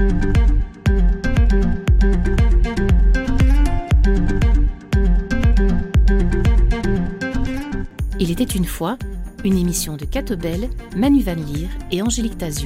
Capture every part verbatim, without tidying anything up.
Il était une fois, une émission de Kate Bell, Manu Van Lier et Angélique Tazio.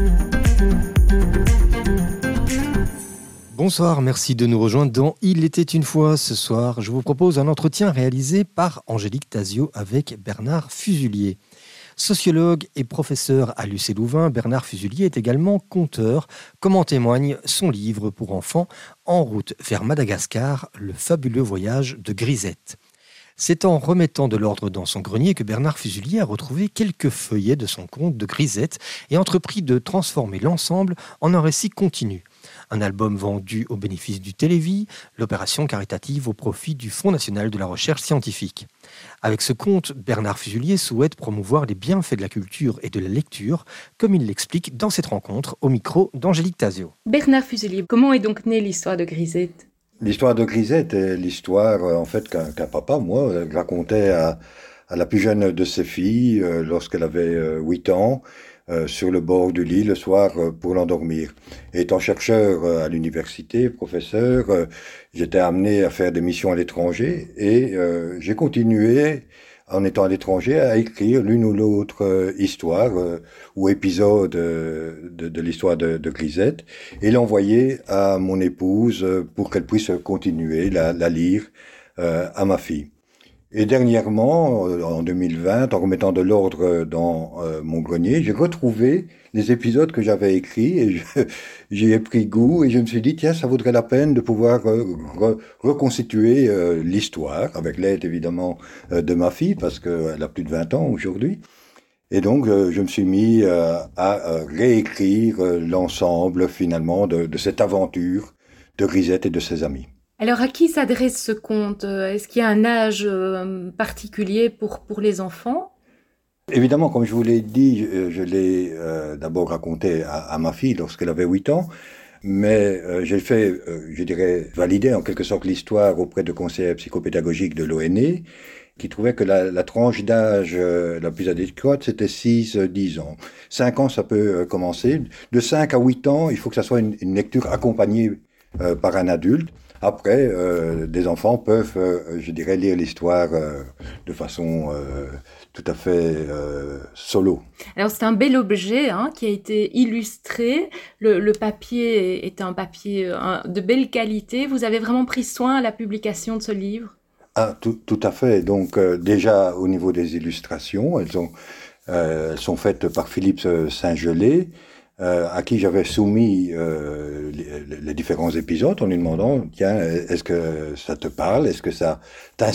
Bonsoir, merci de nous rejoindre dans Il était une fois. Ce soir, je vous propose un entretien réalisé par Angélique Tazio avec Bernard Fuselier. Sociologue et professeur à l'U C Louvain, Bernard Fuselier est également conteur, comme en témoigne son livre pour enfants « En route vers Madagascar, le fabuleux voyage de Grisette ». C'est en remettant de l'ordre dans son grenier que Bernard Fuselier a retrouvé quelques feuillets de son conte de Grisette et entrepris de transformer l'ensemble en un récit continu. Un album vendu au bénéfice du Télévis, l'opération caritative au profit du Fonds national de la recherche scientifique. Avec ce conte, Bernard Fuselier souhaite promouvoir les bienfaits de la culture et de la lecture, comme il l'explique dans cette rencontre au micro d'Angélique Tazio. Bernard Fuselier, comment est donc née l'histoire de Grisette ? L'histoire de Grisette est l'histoire en fait qu'un, qu'un papa, moi, racontait à, à la plus jeune de ses filles euh, lorsqu'elle avait euh, huit ans, euh, sur le bord du lit le soir euh, pour l'endormir. Et étant chercheur euh, à l'université, professeur, euh, j'étais amené à faire des missions à l'étranger et euh, j'ai continué, en étant à l'étranger, à écrire l'une ou l'autre euh, histoire euh, ou épisode euh, de, de l'histoire de, de Grisette et l'envoyer à mon épouse euh, pour qu'elle puisse continuer, la, la lire euh, à ma fille. Et dernièrement, en deux mille vingt, en remettant de l'ordre dans euh, mon grenier, j'ai retrouvé les épisodes que j'avais écrits et je, j'y ai pris goût et je me suis dit, tiens, ça vaudrait la peine de pouvoir euh, re- reconstituer euh, l'histoire, avec l'aide évidemment euh, de ma fille, parce qu'elle a plus de vingt ans aujourd'hui. Et donc, euh, je me suis mis euh, à euh, réécrire euh, l'ensemble finalement de, de cette aventure de Grisette et de ses amis. Alors, à qui s'adresse ce conte ? Est-ce qu'il y a un âge euh, particulier pour, pour les enfants ? Évidemment, comme je vous l'ai dit, je, je l'ai euh, d'abord raconté à, à ma fille lorsqu'elle avait huit ans, mais euh, j'ai fait, euh, je dirais, valider en quelque sorte l'histoire auprès de conseillers psychopédagogiques de l'O N E, qui trouvaient que la, la tranche d'âge euh, la plus adéquate, c'était six à dix ans. cinq ans, ça peut euh, commencer. De cinq à huit ans, il faut que ça soit une, une lecture accompagnée euh, par un adulte. Après, euh, des enfants peuvent, euh, je dirais, lire l'histoire euh, de façon euh, tout à fait euh, solo. Alors, c'est un bel objet hein, qui a été illustré. Le, le papier est un papier hein, de belle qualité. Vous avez vraiment pris soin à la publication de ce livre ? Ah, tout, tout à fait. Donc, euh, déjà, au niveau des illustrations, elles, ont, euh, elles sont faites par Philippe Saint-Gelais, Euh, à qui j'avais soumis euh, les, les différents épisodes en lui demandant « Tiens, est-ce que ça te parle ? Est-ce que ça t'inspire ?»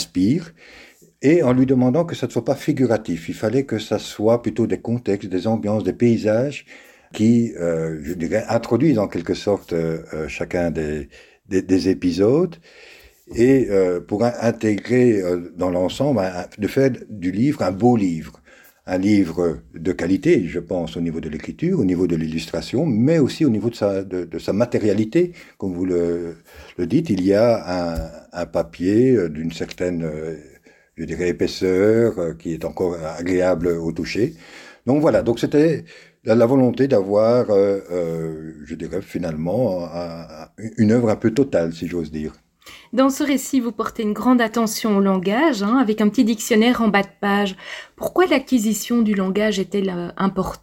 Et en lui demandant que ça ne soit pas figuratif. Il fallait que ça soit plutôt des contextes, des ambiances, des paysages qui, euh, je dirais, introduisent en quelque sorte euh, chacun des, des, des épisodes et euh, pour intégrer euh, dans l'ensemble, un, de faire du livre un beau livre. Un livre de qualité, je pense, au niveau de l'écriture, au niveau de l'illustration, mais aussi au niveau de sa, de, de sa matérialité. Comme vous le, le dites, il y a un, un papier d'une certaine, je dirais, épaisseur, qui est encore agréable au toucher. Donc voilà, donc c'était la, la volonté d'avoir, euh, euh, je dirais, finalement, un, une œuvre un peu totale, si j'ose dire. Dans ce récit, vous portez une grande attention au langage, hein, avec un petit dictionnaire en bas de page. Pourquoi l'acquisition du langage est-elle euh, importante ?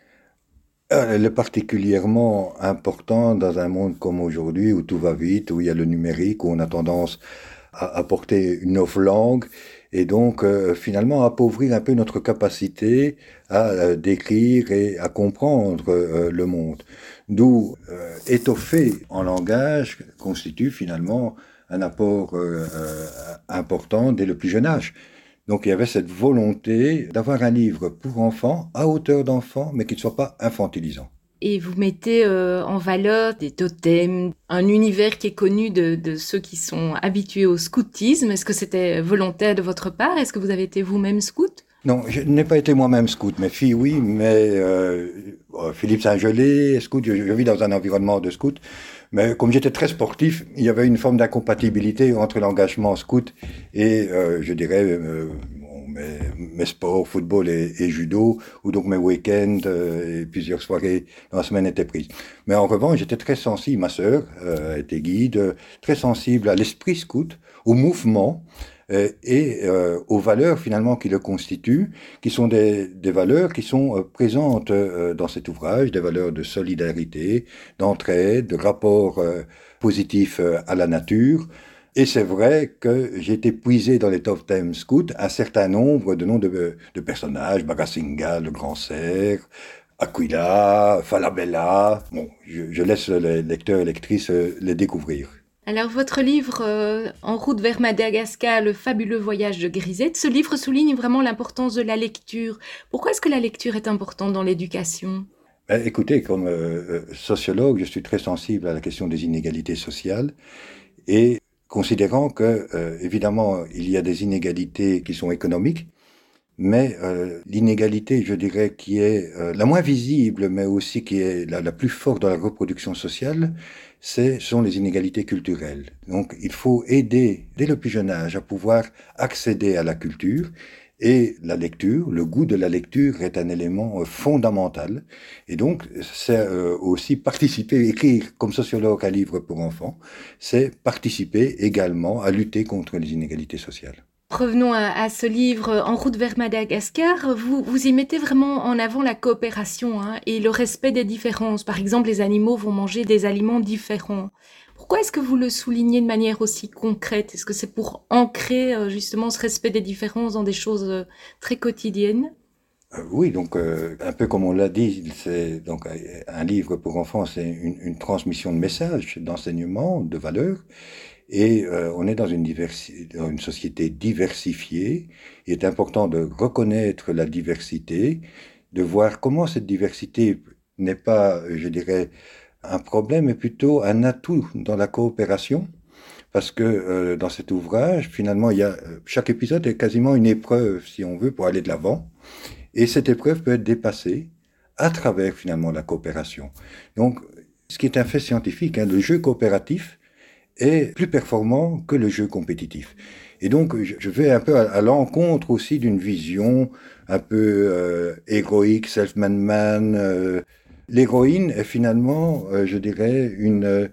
Elle est particulièrement importante dans un monde comme aujourd'hui, où tout va vite, où il y a le numérique, où on a tendance à apporter une autre langue, et donc euh, finalement appauvrir un peu notre capacité à euh, décrire et à comprendre euh, le monde. D'où euh, étoffer en langage constitue finalement un apport euh, euh, important dès le plus jeune âge. Donc il y avait cette volonté d'avoir un livre pour enfants, à hauteur d'enfants, mais qui ne soit pas infantilisant. Et vous mettez euh, en valeur des totems, un univers qui est connu de, de ceux qui sont habitués au scoutisme. Est-ce que c'était volontaire de votre part ? Est-ce que vous avez été vous-même scout ? Non, je n'ai pas été moi-même scout. Mes filles, oui, mais euh, Philippe Saint-Gelais, scout, je, je vis dans un environnement de scout. Mais comme j'étais très sportif, il y avait une forme d'incompatibilité entre l'engagement scout et, euh, je dirais, euh, mes, mes sports, football et, et judo, où donc mes week-ends euh, et plusieurs soirées dans la semaine étaient prises. Mais en revanche, j'étais très sensible, ma sœur euh, était guide, euh, très sensible à l'esprit scout, au mouvement, euh, et euh, aux valeurs finalement qui le constituent, qui sont des, des valeurs qui sont euh, présentes euh, dans cet ouvrage, des valeurs de solidarité, d'entraide, de rapport euh, positif euh, à la nature. Et c'est vrai que j'ai été puisé dans les top ten scouts un certain nombre de noms de, de personnages, Bagasinga, le Grand Cerf, Aquila, Falabella. Bon, je, je laisse les lecteurs et lectrices les découvrir. Alors, votre livre euh, En route vers Madagascar, le fabuleux voyage de Grisette, ce livre souligne vraiment l'importance de la lecture. Pourquoi est-ce que la lecture est importante dans l'éducation ? Ben, écoutez, comme euh, sociologue, je suis très sensible à la question des inégalités sociales et considérant que, euh, évidemment, il y a des inégalités qui sont économiques, mais euh, l'inégalité, je dirais, qui est euh, la moins visible, mais aussi qui est la, la plus forte dans la reproduction sociale, ce sont les inégalités culturelles. Donc, il faut aider, dès le plus jeune âge, à pouvoir accéder à la culture. Et la lecture, le goût de la lecture est un élément euh, fondamental. Et donc, c'est euh, aussi participer, écrire comme sociologue un livre pour enfants, c'est participer également à lutter contre les inégalités sociales. Revenons à, à ce livre En route vers Madagascar. Vous, vous y mettez vraiment en avant la coopération hein, et le respect des différences. Par exemple, les animaux vont manger des aliments différents. Pourquoi est-ce que vous le soulignez de manière aussi concrète ? Est-ce que c'est pour ancrer euh, justement ce respect des différences dans des choses euh, très quotidiennes ? euh, Oui, donc euh, un peu comme on l'a dit, c'est donc un livre pour enfants, c'est une, une transmission de messages, d'enseignements, de valeurs. Et euh, on est dans une, diversi- dans une société diversifiée. Il est important de reconnaître la diversité, de voir comment cette diversité n'est pas, je dirais, un problème, mais plutôt un atout dans la coopération. Parce que euh, dans cet ouvrage, finalement, il y a, chaque épisode est quasiment une épreuve, si on veut, pour aller de l'avant. Et cette épreuve peut être dépassée à travers, finalement, la coopération. Donc, ce qui est un fait scientifique, hein, le jeu coopératif est plus performant que le jeu compétitif. Et donc, je vais un peu à, à l'encontre aussi d'une vision un peu euh, héroïque, self-made man. Euh, l'héroïne est finalement, euh, je dirais, une euh,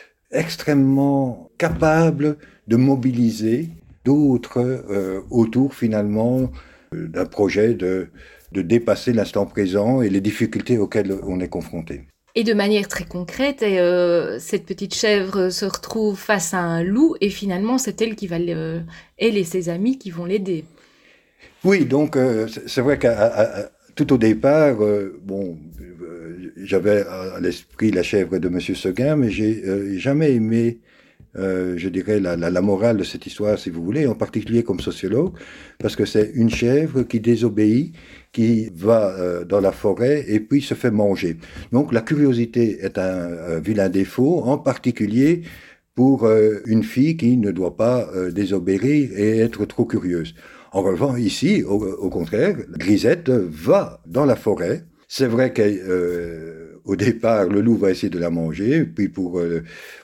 extrêmement capable de mobiliser d'autres euh, autour finalement euh, d'un projet de, de dépasser l'instant présent et les difficultés auxquelles on est confronté. Et de manière très concrète, et, euh, cette petite chèvre se retrouve face à un loup et finalement c'est elle qui va, le, elle et ses amis qui vont l'aider. Oui, donc euh, c'est vrai qu'à à, à, tout au départ, euh, bon, euh, j'avais à l'esprit la chèvre de Monsieur Seguin, mais j'ai euh, jamais aimé, euh, je dirais, la, la, la morale de cette histoire, si vous voulez, en particulier comme sociologue, parce que c'est une chèvre qui désobéit, qui va euh, dans la forêt et puis se fait manger. Donc la curiosité est un, un vilain défaut, en particulier pour euh, une fille qui ne doit pas euh, désobéir et être trop curieuse. En revanche, ici, au, au contraire, Grisette va dans la forêt. C'est vrai qu'au euh, départ, le loup va essayer de la manger, puis pour, euh,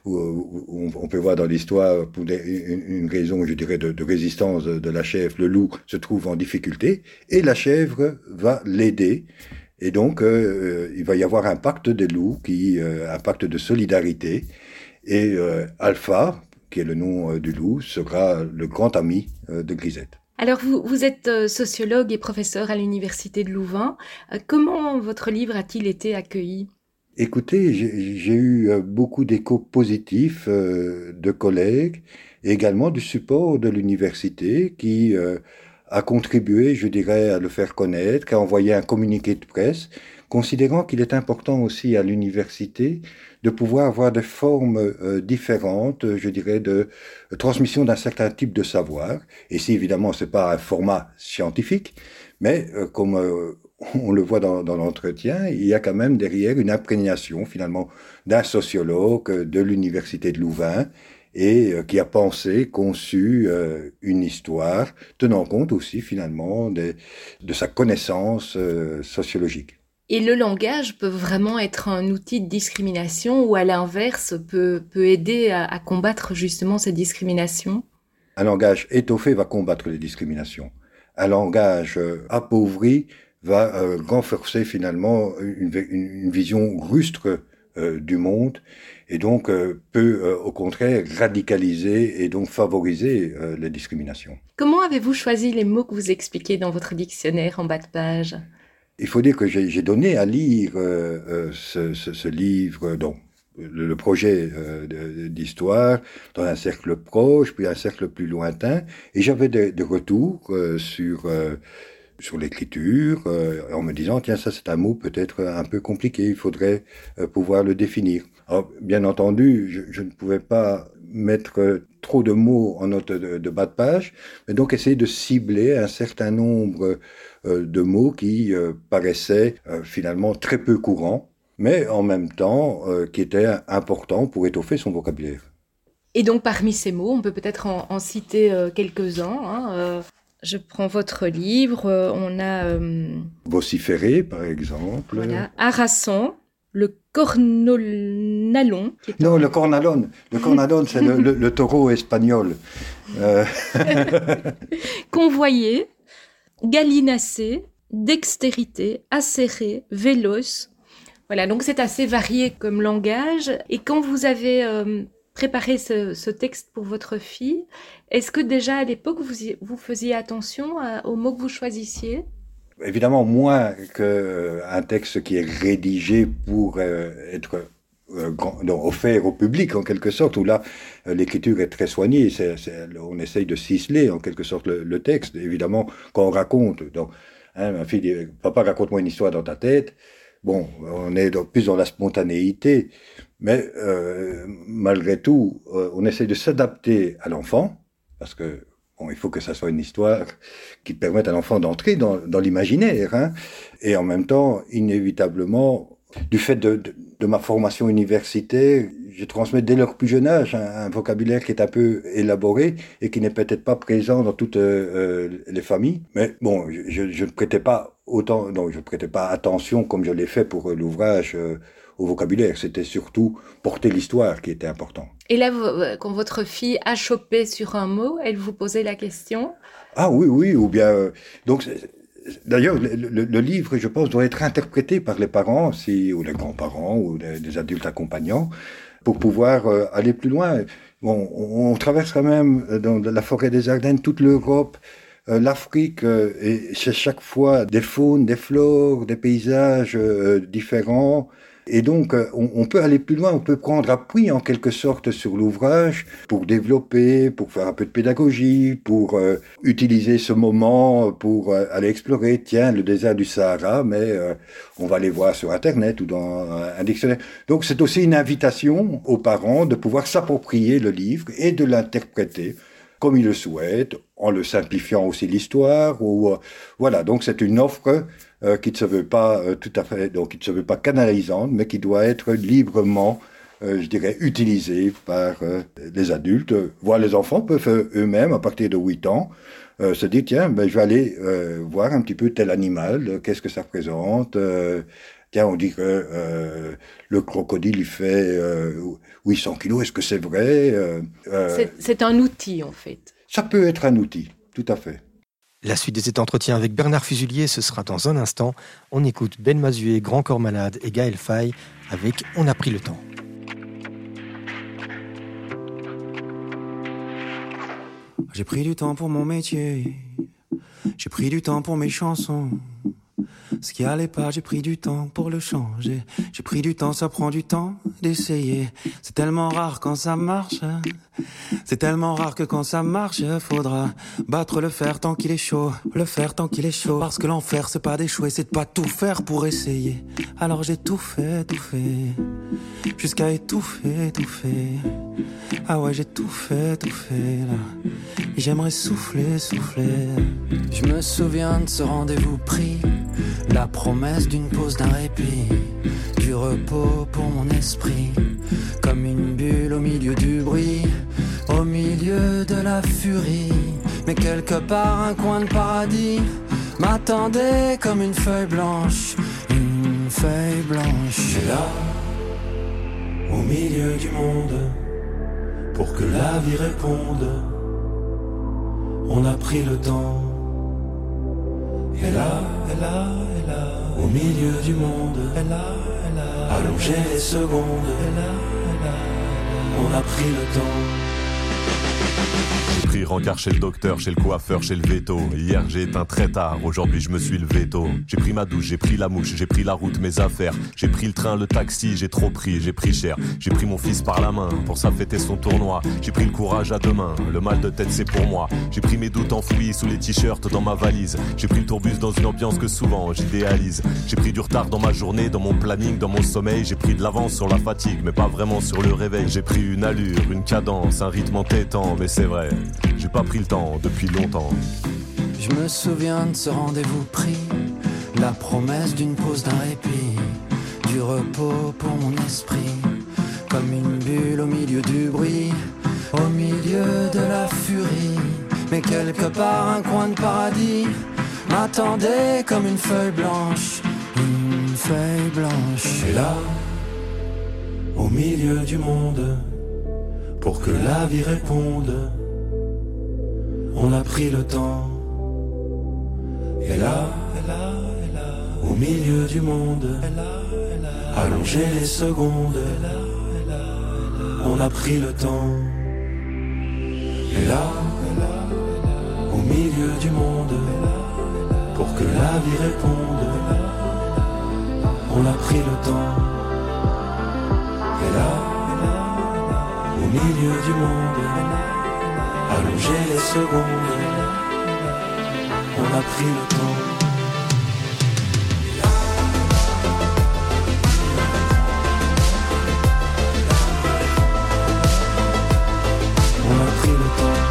on, on peut voir dans l'histoire, pour des, une, une raison, je dirais, de, de résistance de, de la chèvre, le loup se trouve en difficulté, et la chèvre va l'aider. Et donc, euh, il va y avoir un pacte des loups, qui, euh, un pacte de solidarité, et euh, Alpha, qui est le nom euh, du loup, sera le grand ami euh, de Grisette. Alors, vous, vous êtes sociologue et professeur à l'Université de Louvain. Comment votre livre a-t-il été accueilli ? Écoutez, j'ai, j'ai eu beaucoup d'échos positifs euh, de collègues et également du support de l'université qui euh, a contribué, je dirais, à le faire connaître, qui a envoyé un communiqué de presse, considérant qu'il est important aussi à l'université de pouvoir avoir des formes euh, différentes, je dirais, de euh, transmission d'un certain type de savoir. Et si, évidemment, c'est pas un format scientifique, mais euh, comme euh, on le voit dans, dans l'entretien, il y a quand même derrière une imprégnation, finalement, d'un sociologue de l'Université de Louvain, et euh, qui a pensé, conçu euh, une histoire, tenant compte aussi, finalement, des, de sa connaissance euh, sociologique. Et le langage peut vraiment être un outil de discrimination ou à l'inverse peut, peut aider à, à combattre justement ces discriminations ? Un langage étoffé va combattre les discriminations. un langage euh, appauvri va euh, renforcer finalement une, une, une vision rustre euh, du monde et donc euh, peut euh, au contraire radicaliser et donc favoriser euh, les discriminations. Comment avez-vous choisi les mots que vous expliquez dans votre dictionnaire en bas de page ? Il faut dire que j'ai, j'ai donné à lire euh, euh, ce, ce, ce livre, donc le, le projet euh, d'histoire, dans un cercle proche, puis un cercle plus lointain, et j'avais des, des retours euh, sur euh, sur l'écriture, euh, en me disant tiens ça c'est un mot peut-être un peu compliqué, il faudrait euh, pouvoir le définir. Alors, bien entendu, je, je ne pouvais pas mettre trop de mots en note de, de bas de page, mais donc essayer de cibler un certain nombre euh, de mots qui euh, paraissaient euh, finalement très peu courants, mais en même temps euh, qui étaient importants pour étoffer son vocabulaire. Et donc parmi ces mots, on peut peut-être en, en citer euh, quelques-uns. Hein, euh, je prends votre livre, euh, on a... Euh, vociférer par exemple. Voilà, harassant. Le cornalon. Non, le cornalon. Le cornalon, c'est le, le, le taureau espagnol. Euh... Convoyer, gallinacé, dextérité, acéré, véloce. Voilà, donc c'est assez varié comme langage. Et quand vous avez euh, préparé ce, ce texte pour votre fille, est-ce que déjà à l'époque, vous, vous faisiez attention à, aux mots que vous choisissiez ? Évidemment, moins qu'un texte qui est rédigé pour euh, être euh, grand, donc, offert au public, en quelque sorte, où là, euh, l'écriture est très soignée. C'est, c'est, on essaye de ciseler, en quelque sorte, le, le texte. Évidemment, quand on raconte, donc, hein, ma fille dit « Papa, raconte-moi une histoire dans ta tête ». Bon, on est dans, plus dans la spontanéité, mais euh, malgré tout, euh, on essaye de s'adapter à l'enfant, parce que bon, il faut que ça soit une histoire qui permette à l'enfant d'entrer dans, dans l'imaginaire. Hein. Et en même temps, inévitablement, du fait de, de, de ma formation universitaire, je transmets dès leur plus jeune âge un, un vocabulaire qui est un peu élaboré et qui n'est peut-être pas présent dans toutes euh, les familles. Mais bon, je, je ne prêtais pas autant, donc je ne prêtais pas attention comme je l'ai fait pour l'ouvrage euh, au vocabulaire. C'était surtout porter l'histoire qui était important. Et là, vous, quand votre fille a chopé sur un mot, elle vous posait la question ? Ah oui, oui, ou bien... Euh, donc, c'est, d'ailleurs, le, le, le livre, je pense, doit être interprété par les parents, si, ou les grands-parents, ou des, des adultes accompagnants, pour pouvoir euh, aller plus loin. Bon, on, on traverse quand même dans la forêt des Ardennes toute l'Europe, euh, l'Afrique, euh, et c'est chaque fois des faunes, des flores, des paysages euh, différents. Et donc, on, on peut aller plus loin, on peut prendre appui en quelque sorte sur l'ouvrage pour développer, pour faire un peu de pédagogie, pour euh, utiliser ce moment pour euh, aller explorer, tiens, le désert du Sahara, mais euh, on va aller voir sur Internet ou dans un dictionnaire. Donc, c'est aussi une invitation aux parents de pouvoir s'approprier le livre et de l'interpréter comme ils le souhaitent, en le simplifiant aussi l'histoire. Ou euh, voilà, donc c'est une offre euh, qui ne se veut pas euh, tout à fait, donc qui ne se veut pas canalisante, mais qui doit être librement, euh, je dirais, utilisée par euh, les adultes, voire les enfants peuvent euh, eux-mêmes, à partir de huit ans, euh, se dire tiens, ben je vais aller euh, voir un petit peu tel animal, euh, qu'est-ce que ça représente. Euh, Tiens, on dit que euh, le crocodile, il fait euh, huit cents kilos. Est-ce que c'est vrai euh, c'est, c'est un outil, en fait. Ça peut être un outil, tout à fait. La suite de cet entretien avec Bernard Fuselier, ce sera dans un instant. On écoute Ben Mazué, Grand Corps Malade et Gaël Faye avec On a pris le temps. J'ai pris du temps pour mon métier. J'ai pris du temps pour mes chansons. Ce qui allait pas, j'ai pris du temps pour le changer. J'ai pris du temps, ça prend du temps d'essayer. C'est tellement rare quand ça marche. C'est tellement rare que quand ça marche, faudra battre le fer tant qu'il est chaud. Le fer tant qu'il est chaud. Parce que l'enfer, c'est pas d'échouer, c'est de pas tout faire pour essayer. Alors j'ai tout fait, tout fait. Jusqu'à étouffer, étouffer. Ah ouais, j'ai tout fait, tout fait là. Et j'aimerais souffler, souffler. Je me souviens de ce rendez-vous pris. La promesse d'une pause, d'un répit, du repos pour mon esprit, comme une bulle au milieu du bruit, au milieu de la furie. Mais quelque part un coin de paradis m'attendait comme une feuille blanche, une feuille blanche. Et là, au milieu du monde, pour que la vie réponde, on a pris le temps Et là, et là, et là, au milieu du monde, et là, et là, allongé les secondes, et là, et là, on a pris le temps. J'ai pris rencard chez le docteur, chez le coiffeur, chez le veto. Hier j'ai éteint très tard, aujourd'hui je me suis levé tôt. J'ai pris ma douche, j'ai pris la mouche, j'ai pris la route, mes affaires. J'ai pris le train, le taxi, j'ai trop pris, j'ai pris cher. J'ai pris mon fils par la main pour ça fêter son tournoi. J'ai pris le courage à deux mains, le mal de tête c'est pour moi. J'ai pris mes doutes enfouis sous les t-shirts dans ma valise. J'ai pris le tourbus dans une ambiance que souvent j'idéalise. J'ai pris du retard dans ma journée, dans mon planning, dans mon sommeil. J'ai pris de l'avance sur la fatigue, mais pas vraiment sur le réveil. J'ai pris une allure, une cadence, un rythme entêtant, mais c'est vrai, j'ai pas pris le temps depuis longtemps. Je me souviens de ce rendez-vous pris, la promesse d'une pause, d'un répit, du repos pour mon esprit, comme une bulle au milieu du bruit, au milieu de la furie. Mais quelque part un coin de paradis m'attendait comme une feuille blanche, une feuille blanche. Et là, au milieu du monde, pour que la vie réponde, on a pris le temps. Et là, et là, et là, au milieu du monde, allongé les secondes, on a pris le temps. Et là, et là, au milieu du monde, pour que la vie réponde, on a pris le temps. Et là, et là, au milieu du monde, allongé les secondes, on a pris le temps. On a pris le temps.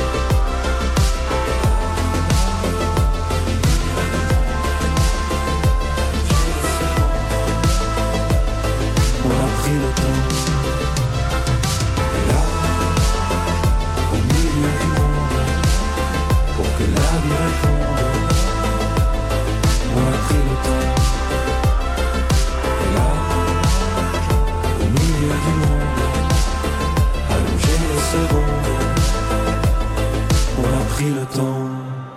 On a pris le temps. Et là, au milieu du monde, pour que la vie réponde, on a pris le temps. Et là, au milieu du monde, allongé les secondes, on a pris le temps.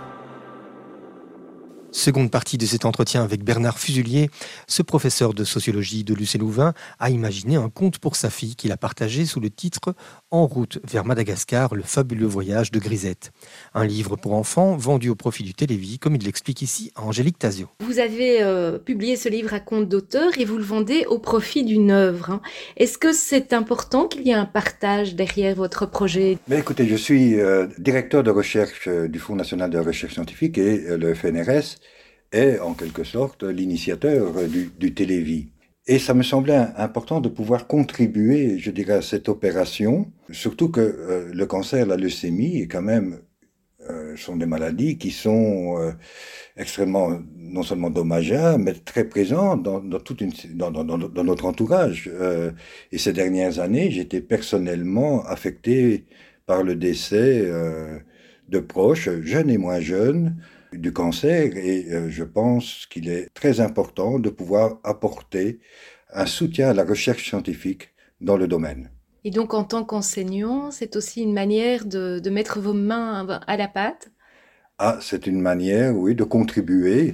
Seconde partie de cet entretien avec Bernard Fuselier. Ce professeur de sociologie de l'U C Louvain a imaginé un conte pour sa fille qu'il a partagé sous le titre « En route vers Madagascar, le fabuleux voyage de Grisette ». Un livre pour enfants vendu au profit du Télévis, comme il l'explique ici à Angélique Tasio. Vous avez euh, publié ce livre à compte d'auteur et vous le vendez au profit d'une œuvre. Hein. Est-ce que c'est important qu'il y ait un partage derrière votre projet ? Mais écoutez, je suis euh, directeur de recherche euh, du Fonds national de recherche scientifique et euh, le F N R S est en quelque sorte l'initiateur euh, du, du Télévis. Et ça me semblait important de pouvoir contribuer, je dirais, à cette opération, surtout que euh, le cancer, la leucémie, est quand même, euh, sont des maladies qui sont euh, extrêmement, non seulement dommageables, mais très présentes dans, dans, toute une, dans, dans, dans notre entourage. Euh, et ces dernières années, j'étais personnellement affecté par le décès euh, de proches, jeunes et moins jeunes, du cancer, et euh, je pense qu'il est très important de pouvoir apporter un soutien à la recherche scientifique dans le domaine. Et donc, en tant qu'enseignant, c'est aussi une manière de, de mettre vos mains à la pâte ? Ah, c'est une manière, oui, de contribuer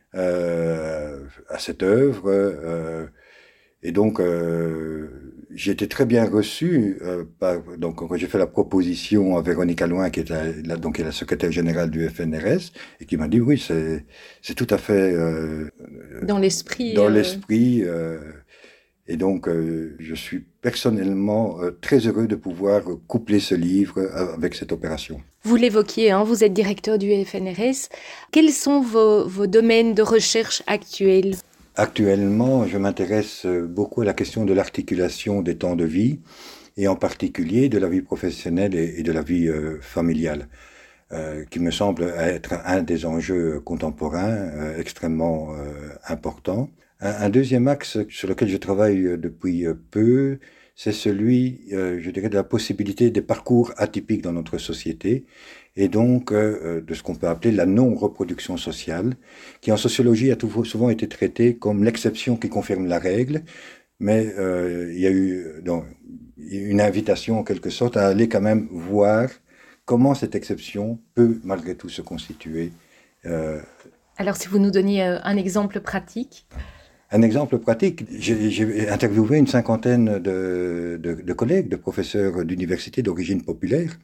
euh, à cette œuvre. Euh, et donc, euh, j'ai été très bien reçu. Euh, par, donc, quand j'ai fait la proposition à Véronique Allouin, qui est la, donc, qui est la secrétaire générale du F N R S, et qui m'a dit, oui, c'est, c'est tout à fait... Euh, dans l'esprit. Dans euh... l'esprit. Euh, et donc, euh, je suis personnellement euh, très heureux de pouvoir coupler ce livre avec cette opération. Vous l'évoquiez, hein, vous êtes directeur du F N R S. Quels sont vos, vos domaines de recherche actuels ? Actuellement, je m'intéresse beaucoup à la question de l'articulation des temps de vie, et en particulier de la vie professionnelle et, et de la vie euh, familiale, euh, qui me semble être un des enjeux contemporains euh, extrêmement euh, importants. Un, un deuxième axe sur lequel je travaille depuis peu, c'est celui, euh, je dirais, de la possibilité des parcours atypiques dans notre société, et donc euh, de ce qu'on peut appeler la non-reproduction sociale, qui en sociologie a tout, souvent été traitée comme l'exception qui confirme la règle, mais euh, il y a eu donc, une invitation en quelque sorte à aller quand même voir comment cette exception peut malgré tout se constituer euh, Alors si vous nous donniez un exemple pratique. Un exemple pratique, j'ai, j'ai interviewé une cinquantaine de, de, de collègues, de professeurs d'université d'origine populaire,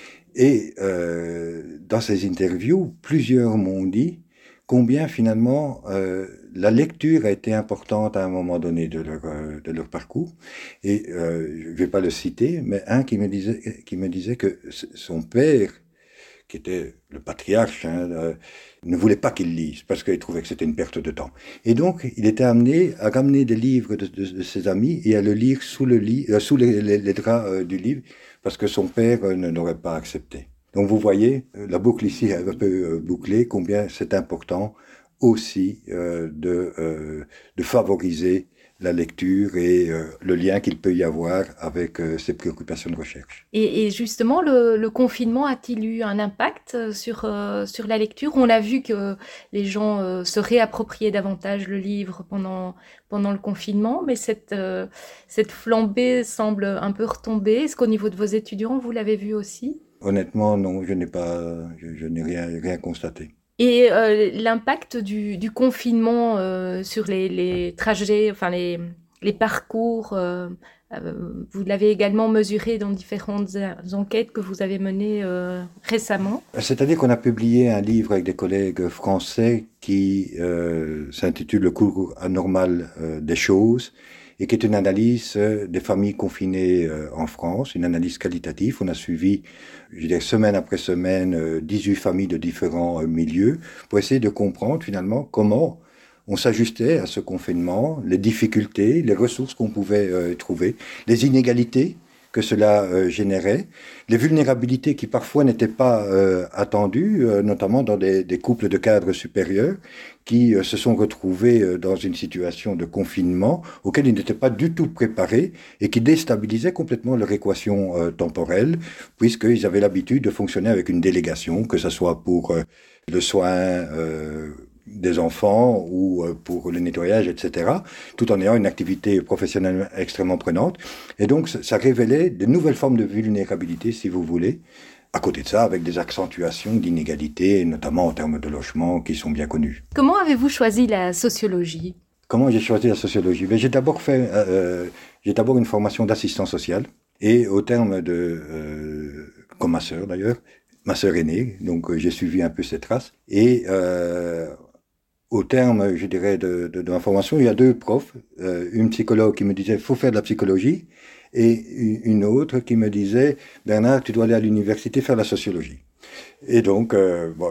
et euh, dans ces interviews, plusieurs m'ont dit combien finalement euh, la lecture a été importante à un moment donné de leur, euh, de leur parcours. Et euh, je ne vais pas le citer, mais un qui me disait, qui me disait que son père, qui était le patriarche, hein, euh, ne voulait pas qu'il lise parce qu'il trouvait que c'était une perte de temps. Et donc, il était amené à ramener des livres de, de, de ses amis et à le lire sous, le lit, euh, sous les, les, les draps euh, du livre parce que son père euh, ne l'aurait pas accepté. Donc, vous voyez, la boucle ici est un peu euh, bouclée, combien c'est important aussi euh, de, euh, de favoriser la lecture et euh, le lien qu'il peut y avoir avec euh, ses préoccupations de recherche. Et, et justement, le, le confinement a-t-il eu un impact sur, euh, sur la lecture ? On a vu que les gens euh, se réappropriaient davantage le livre pendant, pendant le confinement, mais cette, euh, cette flambée semble un peu retomber. Est-ce qu'au niveau de vos étudiants, vous l'avez vu aussi ? Honnêtement, non, je n'ai pas, je, je n'ai rien, rien constaté. Et euh, l'impact du, du confinement euh, sur les, les trajets, enfin les, les parcours, euh, euh, vous l'avez également mesuré dans différentes enquêtes que vous avez menées euh, récemment. C'est-à-dire qu'on a publié un livre avec des collègues français qui euh, s'intitule « Le cours anormal euh, des choses » et qui est une analyse euh, des familles confinées euh, en France, une analyse qualitative. On a suivi, je dirais, semaine après semaine, euh, dix-huit familles de différents euh, milieux pour essayer de comprendre finalement comment on s'ajustait à ce confinement, les difficultés, les ressources qu'on pouvait euh, trouver, les inégalités que cela euh, générait, les vulnérabilités qui parfois n'étaient pas euh, attendues, euh, notamment dans des, des couples de cadres supérieurs qui euh, se sont retrouvés euh, dans une situation de confinement auquel ils n'étaient pas du tout préparés et qui déstabilisait complètement leur équation euh, temporelle, puisqu'ils avaient l'habitude de fonctionner avec une délégation, que ce soit pour euh, le soin euh, des enfants ou pour le nettoyage, et cetera, tout en ayant une activité professionnelle extrêmement prenante. Et donc, ça révélait de nouvelles formes de vulnérabilité, si vous voulez. À côté de ça, avec des accentuations d'inégalités, notamment en termes de logement, qui sont bien connues. Comment avez-vous choisi la sociologie ? Comment j'ai choisi la sociologie ? Ben, j'ai d'abord fait, euh, j'ai d'abord une formation d'assistant social, et au terme de, euh, comme ma sœur d'ailleurs, ma sœur aînée, donc euh, j'ai suivi un peu ses traces, et euh, au terme, je dirais, de, de, de ma formation, il y a deux profs, euh, une psychologue qui me disait « faut faire de la psychologie » et une autre qui me disait « Bernard, tu dois aller à l'université faire la sociologie ». Et donc, euh, bon,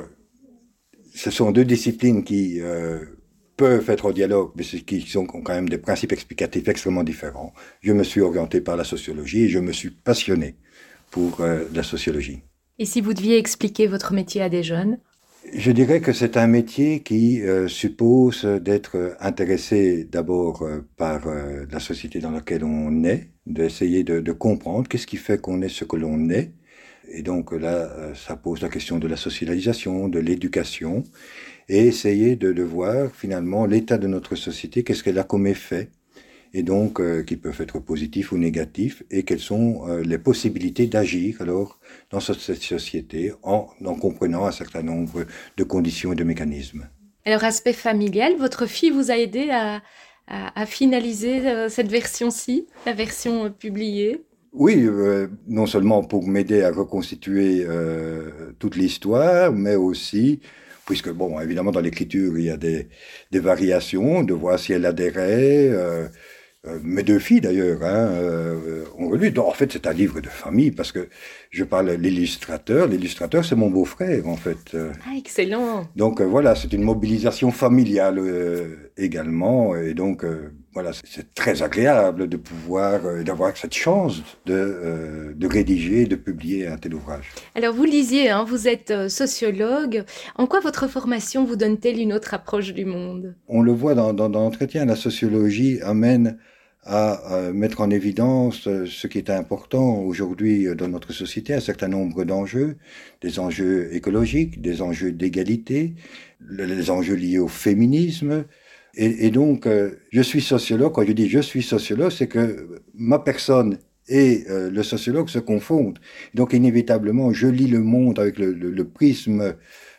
ce sont deux disciplines qui euh, peuvent être au dialogue, mais qui sont quand même des principes explicatifs extrêmement différents. Je me suis orienté par la sociologie et je me suis passionné pour euh, la sociologie. Et si vous deviez expliquer votre métier à des jeunes ? Je dirais que c'est un métier qui euh, suppose d'être intéressé d'abord euh, par euh, la société dans laquelle on est, d'essayer de, de comprendre qu'est-ce qui fait qu'on est ce que l'on est. Et donc là, euh, ça pose la question de la socialisation, de l'éducation, et essayer de, de voir finalement l'état de notre société, qu'est-ce qu'elle a comme effet, et donc euh, qui peuvent être positifs ou négatifs, et quelles sont euh, les possibilités d'agir alors dans cette société en, en comprenant un certain nombre de conditions et de mécanismes. Alors, aspect familial, votre fille vous a aidé à, à, à finaliser euh, cette version-ci, la version euh, publiée ? Oui, euh, non seulement pour m'aider à reconstituer euh, toute l'histoire, mais aussi, puisque bon, évidemment dans l'écriture il y a des, des variations, de voir si elle adhérait. Euh, Euh, mes deux filles d'ailleurs hein, euh, ont relu. Donc, en fait, c'est un livre de famille parce que je parle l'illustrateur. L'illustrateur, c'est mon beau-frère en fait. Ah, excellent. Donc euh, voilà, c'est une mobilisation familiale euh, également. Et donc euh, voilà, c'est très agréable de pouvoir, euh, d'avoir cette chance de, euh, de rédiger, de publier un tel ouvrage. Alors vous lisiez, hein, vous êtes sociologue. En quoi votre formation vous donne-t-elle une autre approche du monde ? On le voit dans, dans, dans l'entretien, la sociologie amène à euh, mettre en évidence euh, ce qui est important aujourd'hui euh, dans notre société, un certain nombre d'enjeux, des enjeux écologiques, des enjeux d'égalité, le, les enjeux liés au féminisme. Et, et donc, euh, je suis sociologue. Quand je dis je suis sociologue, c'est que ma personne et euh, le sociologue se confondent. Donc, inévitablement, je lis le monde avec le, le, le prisme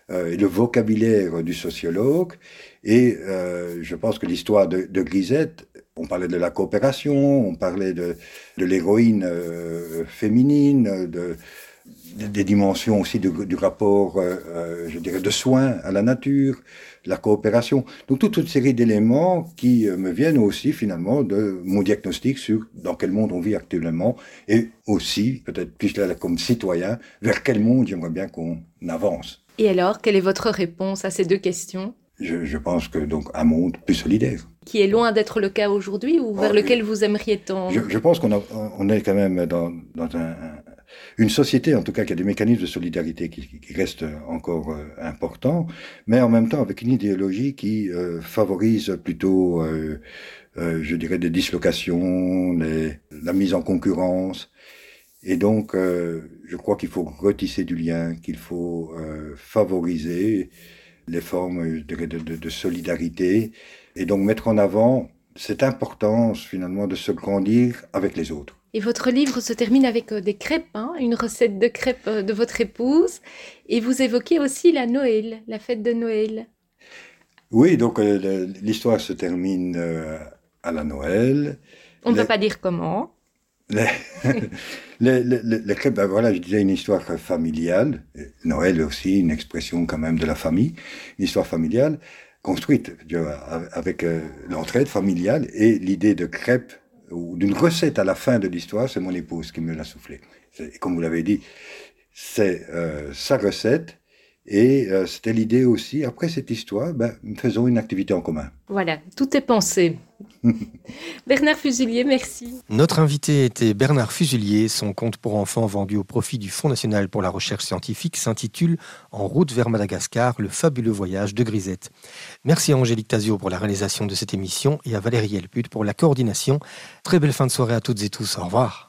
euh, et le vocabulaire du sociologue. Et euh, je pense que l'histoire de, de Grisette, on parlait de la coopération, on parlait de, de l'héroïne euh, féminine, de, de, des dimensions aussi du, du rapport, euh, je dirais, de soins à la nature, la coopération. Donc toute une série d'éléments qui euh, me viennent aussi finalement de mon diagnostic sur dans quel monde on vit actuellement et aussi, peut-être plus là comme citoyen, vers quel monde j'aimerais bien qu'on avance. Et alors, quelle est votre réponse à ces deux questions ? Je, je pense que donc un monde plus solidaire. Qui est loin d'être le cas aujourd'hui ou vers oh, lequel vous aimeriez tendre ? je, je pense qu'on a, on est quand même dans, dans un, une société, en tout cas, qui a des mécanismes de solidarité qui, qui restent encore euh, importants, mais en même temps avec une idéologie qui euh, favorise plutôt, euh, euh, je dirais, des dislocations, les, la mise en concurrence. Et donc, euh, je crois qu'il faut retisser du lien, qu'il faut euh, favoriser les formes, je dirais, de, de, de solidarité, et donc mettre en avant cette importance, finalement, de se grandir avec les autres. Et votre livre se termine avec des crêpes, hein, une recette de crêpes de votre épouse, et vous évoquez aussi la Noël, la fête de Noël. Oui, donc euh, l'histoire se termine euh, à la Noël. On ne les... va pas dire comment. Les, les, les, les crêpes, ben voilà, je disais une histoire familiale. Noël aussi, une expression quand même de la famille. Une histoire familiale construite avec euh, l'entraide familiale et l'idée de crêpes ou d'une recette à la fin de l'histoire, c'est mon épouse qui me l'a soufflé. Et comme vous l'avez dit, c'est euh, sa recette. Et euh, c'était l'idée aussi, après cette histoire, ben, faisons une activité en commun. Voilà, tout est pensé. Bernard Fuselier, merci. Notre invité était Bernard Fuselier. Son conte pour enfants vendu au profit du Fonds national pour la recherche scientifique s'intitule « En route vers Madagascar, le fabuleux voyage de Grisette ». Merci à Angélique Tazio pour la réalisation de cette émission et à Valérie Elput pour la coordination. Très belle fin de soirée à toutes et tous. Au revoir.